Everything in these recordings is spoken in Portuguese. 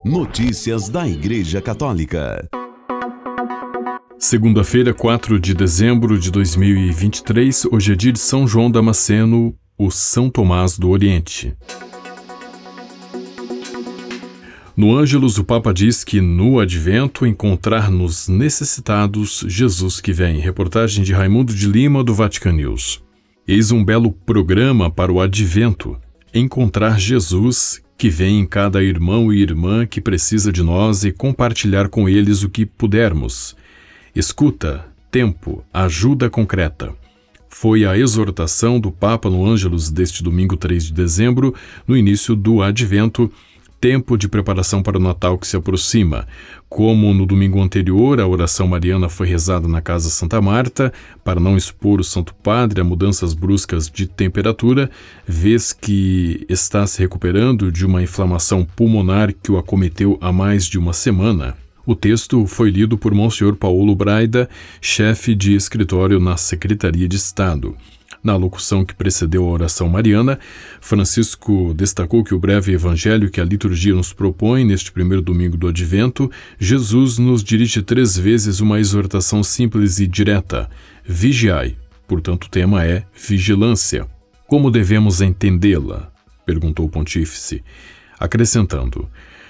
Notícias da Igreja Católica. Segunda-feira, 4 de dezembro de 2023, hoje é dia de São João Damasceno, o São Tomás do Oriente. No Ângelus, o Papa diz que no Advento encontrar nos necessitados Jesus que vem. Reportagem de Raimundo de Lima, do Vatican News. Eis um belo programa para o Advento. Encontrar Jesus que vem em cada irmão e irmã que precisa de nós e compartilhar com eles o que pudermos. Escuta, tempo, ajuda concreta. Foi a exortação do Papa no Ângelus deste domingo 3 de dezembro, no início do Advento, tempo de preparação para o Natal que se aproxima. Como no domingo anterior, a oração mariana foi rezada na Casa Santa Marta, para não expor o Santo Padre a mudanças bruscas de temperatura, vez que está se recuperando de uma inflamação pulmonar que o acometeu há mais de uma semana. O texto foi lido por Monsenhor Paulo Braida, chefe de escritório na Secretaria de Estado. Na locução que precedeu a oração mariana, Francisco destacou que o breve evangelho que a liturgia nos propõe neste primeiro domingo do Advento, Jesus nos dirige 3 vezes uma exortação simples e direta: vigiai. Portanto, o tema é vigilância. Como devemos entendê-la? Perguntou o pontífice, acrescentando: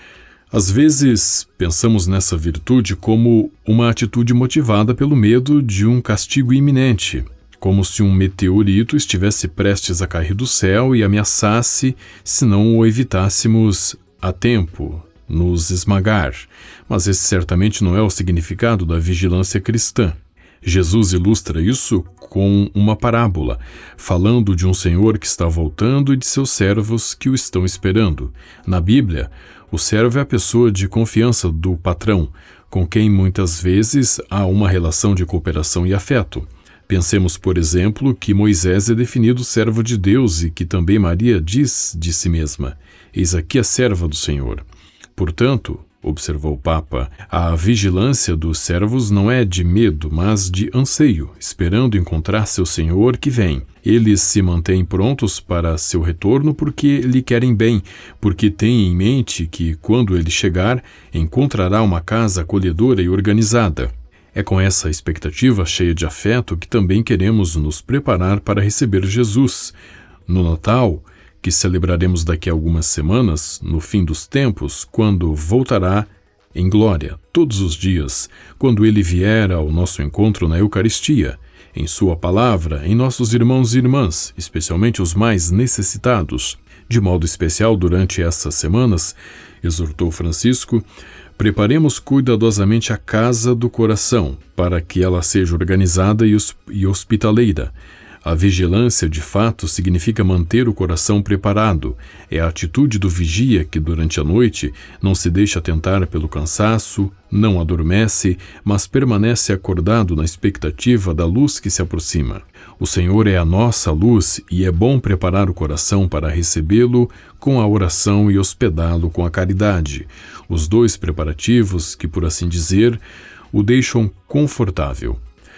às vezes, pensamos nessa virtude como uma atitude motivada pelo medo de um castigo iminente, como se um meteorito estivesse prestes a cair do céu e ameaçasse, se não o evitássemos a tempo, nos esmagar. Mas esse certamente não é o significado da vigilância cristã. Jesus ilustra isso com uma parábola, falando de um senhor que está voltando e de seus servos que o estão esperando. Na Bíblia, o servo é a pessoa de confiança do patrão, com quem muitas vezes há uma relação de cooperação e afeto. Pensemos, por exemplo, que Moisés é definido servo de Deus e que também Maria diz de si mesma: eis aqui a serva do Senhor. Portanto, observou o Papa, a vigilância dos servos não é de medo, mas de anseio, esperando encontrar seu Senhor que vem. Eles se mantêm prontos para seu retorno porque lhe querem bem, porque têm em mente que, quando ele chegar, encontrará uma casa acolhedora e organizada. É com essa expectativa cheia de afeto que também queremos nos preparar para receber Jesus. No Natal, que celebraremos daqui a algumas semanas, no fim dos tempos, quando voltará em glória, todos os dias, quando ele vier ao nosso encontro na Eucaristia, em sua palavra, em nossos irmãos e irmãs, especialmente os mais necessitados. De modo especial, durante essas semanas, exortou Francisco, preparemos cuidadosamente a casa do coração, para que ela seja organizada e hospitaleira. A vigilância, de fato, significa manter o coração preparado. É a atitude do vigia que, durante a noite, não se deixa tentar pelo cansaço, não adormece, mas permanece acordado na expectativa da luz que se aproxima. O Senhor é a nossa luz e é bom preparar o coração para recebê-lo com a oração e hospedá-lo com a caridade. Os 2 preparativos que, por assim dizer, o deixam confortável.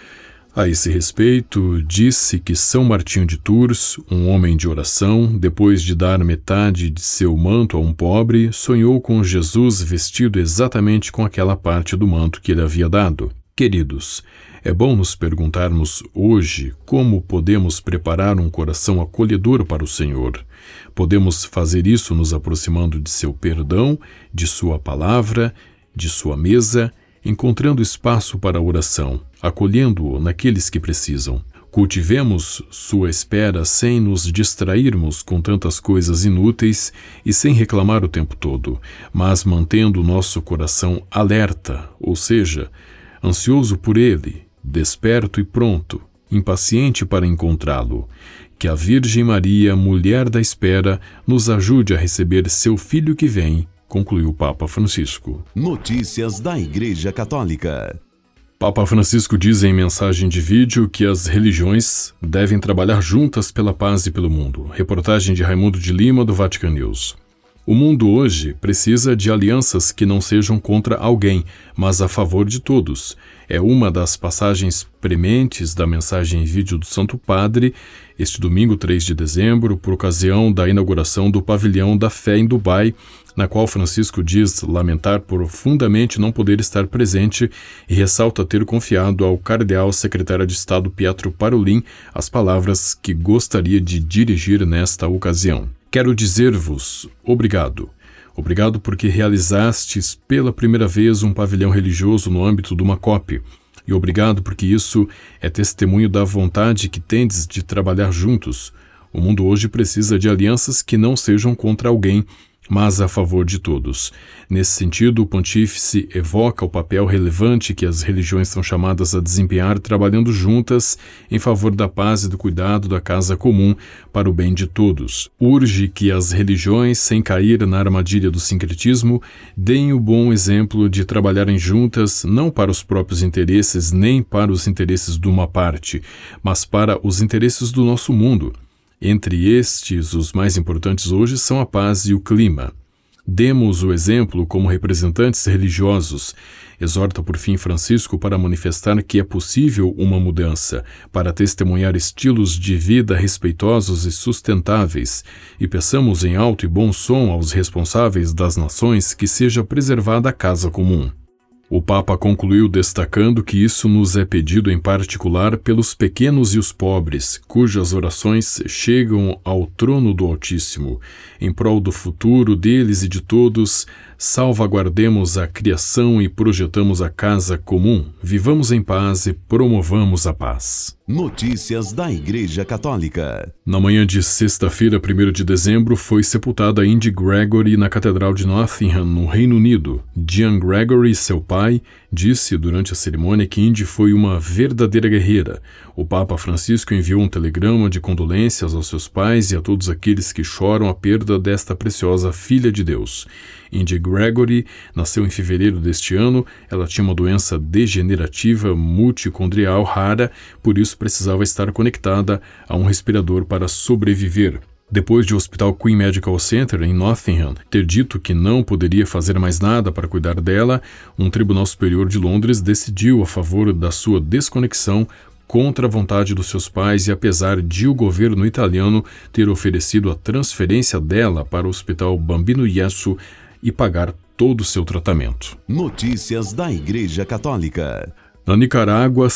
A esse respeito, disse que São Martinho de Tours, um homem de oração, depois de dar metade de seu manto a um pobre, sonhou com Jesus vestido exatamente com aquela parte do manto que ele havia dado. Queridos, é bom nos perguntarmos hoje como podemos preparar um coração acolhedor para o Senhor. Podemos fazer isso nos aproximando de seu perdão, de sua palavra, de sua mesa, encontrando espaço para a oração, acolhendo-o naqueles que precisam. Cultivemos sua espera sem nos distrairmos com tantas coisas inúteis e sem reclamar o tempo todo, mas mantendo o nosso coração alerta, ou seja, ansioso por ele, desperto e pronto, impaciente para encontrá-lo. Que a Virgem Maria, mulher da espera, nos ajude a receber seu Filho que vem, concluiu o Papa Francisco. Notícias da Igreja Católica. Papa Francisco diz em mensagem de vídeo que as religiões devem trabalhar juntas pela paz e pelo mundo. Reportagem de Raimundo de Lima, do Vatican News. O mundo hoje precisa de alianças que não sejam contra alguém, mas a favor de todos. É uma das passagens prementes da mensagem em vídeo do Santo Padre, este domingo 3 de dezembro, por ocasião da inauguração do Pavilhão da Fé em Dubai, na qual Francisco diz lamentar profundamente não poder estar presente e ressalta ter confiado ao cardeal secretário de Estado Pietro Parolin as palavras que gostaria de dirigir nesta ocasião. Quero dizer-vos obrigado. Obrigado porque realizastes pela primeira vez um pavilhão religioso no âmbito do MACOP. E obrigado porque isso é testemunho da vontade que tendes de trabalhar juntos. O mundo hoje precisa de alianças que não sejam contra alguém, mas a favor de todos. Nesse sentido, o pontífice evoca o papel relevante que as religiões são chamadas a desempenhar trabalhando juntas em favor da paz e do cuidado da casa comum para o bem de todos. Urge que as religiões, sem cair na armadilha do sincretismo, deem o bom exemplo de trabalharem juntas não para os próprios interesses nem para os interesses de uma parte, mas para os interesses do nosso mundo. Entre estes, os mais importantes hoje são a paz e o clima. Demos o exemplo como representantes religiosos. Exorta por fim Francisco para manifestar que é possível uma mudança, para testemunhar estilos de vida respeitosos e sustentáveis, e peçamos em alto e bom som aos responsáveis das nações que seja preservada a casa comum. O Papa concluiu destacando que isso nos é pedido em particular pelos pequenos e os pobres, cujas orações chegam ao trono do Altíssimo. Em prol do futuro deles e de todos, salvaguardemos a criação e projetamos a casa comum. Vivamos em paz e promovamos a paz. Notícias da Igreja Católica. Na manhã de sexta-feira, 1º de dezembro, foi sepultada Indi Gregory na Catedral de Nottingham, no Reino Unido. Jean Gregory, seu pai, disse durante a cerimônia que Indi foi uma verdadeira guerreira. O Papa Francisco enviou um telegrama de condolências aos seus pais e a todos aqueles que choram a perda desta preciosa filha de Deus. Indi Gregory nasceu em fevereiro deste ano. Ela tinha uma doença degenerativa multicondrial rara, por isso precisava estar conectada a um respirador para sobreviver. Depois de o Hospital Queen Medical Center, em Nottingham, ter dito que não poderia fazer mais nada para cuidar dela, um tribunal superior de Londres decidiu a favor da sua desconexão contra a vontade dos seus pais e apesar de o governo italiano ter oferecido a transferência dela para o Hospital Bambino Gesù e pagar todo o seu tratamento. Notícias da Igreja Católica. Na Nicarágua,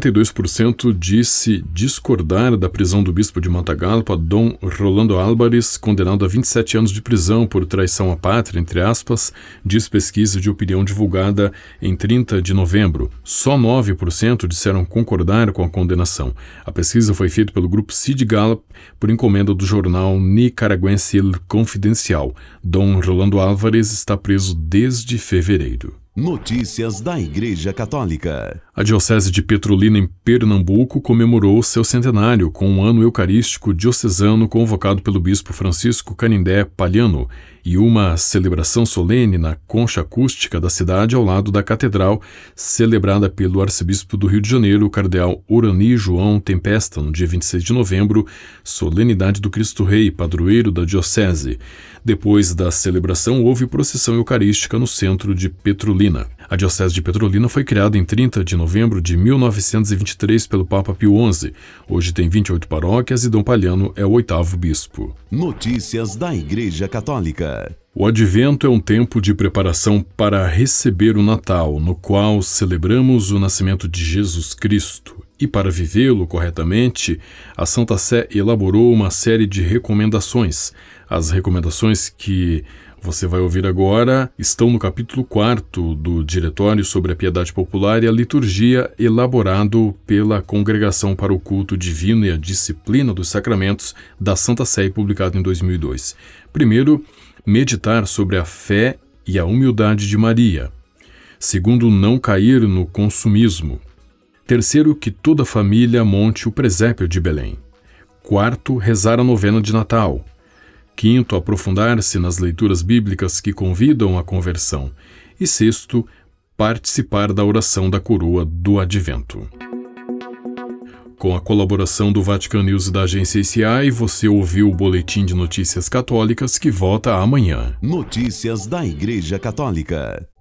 72% disse discordar da prisão do bispo de Matagalpa, Dom Rolando Álvares, condenado a 27 anos de prisão por traição à pátria, entre aspas, diz pesquisa de opinião divulgada em 30 de novembro. Só 9% disseram concordar com a condenação. A pesquisa foi feita pelo grupo Sid Gallup por encomenda do jornal Nicaragüense El Confidencial. Dom Rolando Álvares está preso desde fevereiro. Notícias da Igreja Católica. A Diocese de Petrolina, em Pernambuco, comemorou seu centenário com um ano eucarístico diocesano convocado pelo bispo Francisco Canindé Palhano e uma celebração solene na concha acústica da cidade ao lado da catedral, celebrada pelo arcebispo do Rio de Janeiro, o cardeal Urani João Tempesta, no dia 26 de novembro, solenidade do Cristo Rei, padroeiro da diocese. Depois da celebração, houve procissão eucarística no centro de Petrolina. A Diocese de Petrolina foi criada em 30 de novembro de 1923 pelo Papa Pio XI. Hoje tem 28 paróquias e Dom Palhano é o 8º bispo. Notícias da Igreja Católica. O Advento é um tempo de preparação para receber o Natal, no qual celebramos o nascimento de Jesus Cristo. E para vivê-lo corretamente, a Santa Sé elaborou uma série de recomendações. As recomendações que você vai ouvir agora estão no capítulo 4º do Diretório sobre a Piedade Popular e a Liturgia, elaborado pela Congregação para o Culto Divino e a Disciplina dos Sacramentos da Santa Sé e publicado em 2002. Primeiro, meditar sobre a fé e a humildade de Maria. Segundo, não cair no consumismo. Terceiro, que toda família monte o presépio de Belém. Quarto, rezar a novena de Natal. Quinto, aprofundar-se nas leituras bíblicas que convidam à conversão. E sexto, participar da oração da coroa do Advento. Com a colaboração do Vatican News e da agência ICI, você ouviu o Boletim de Notícias Católicas que volta amanhã. Notícias da Igreja Católica.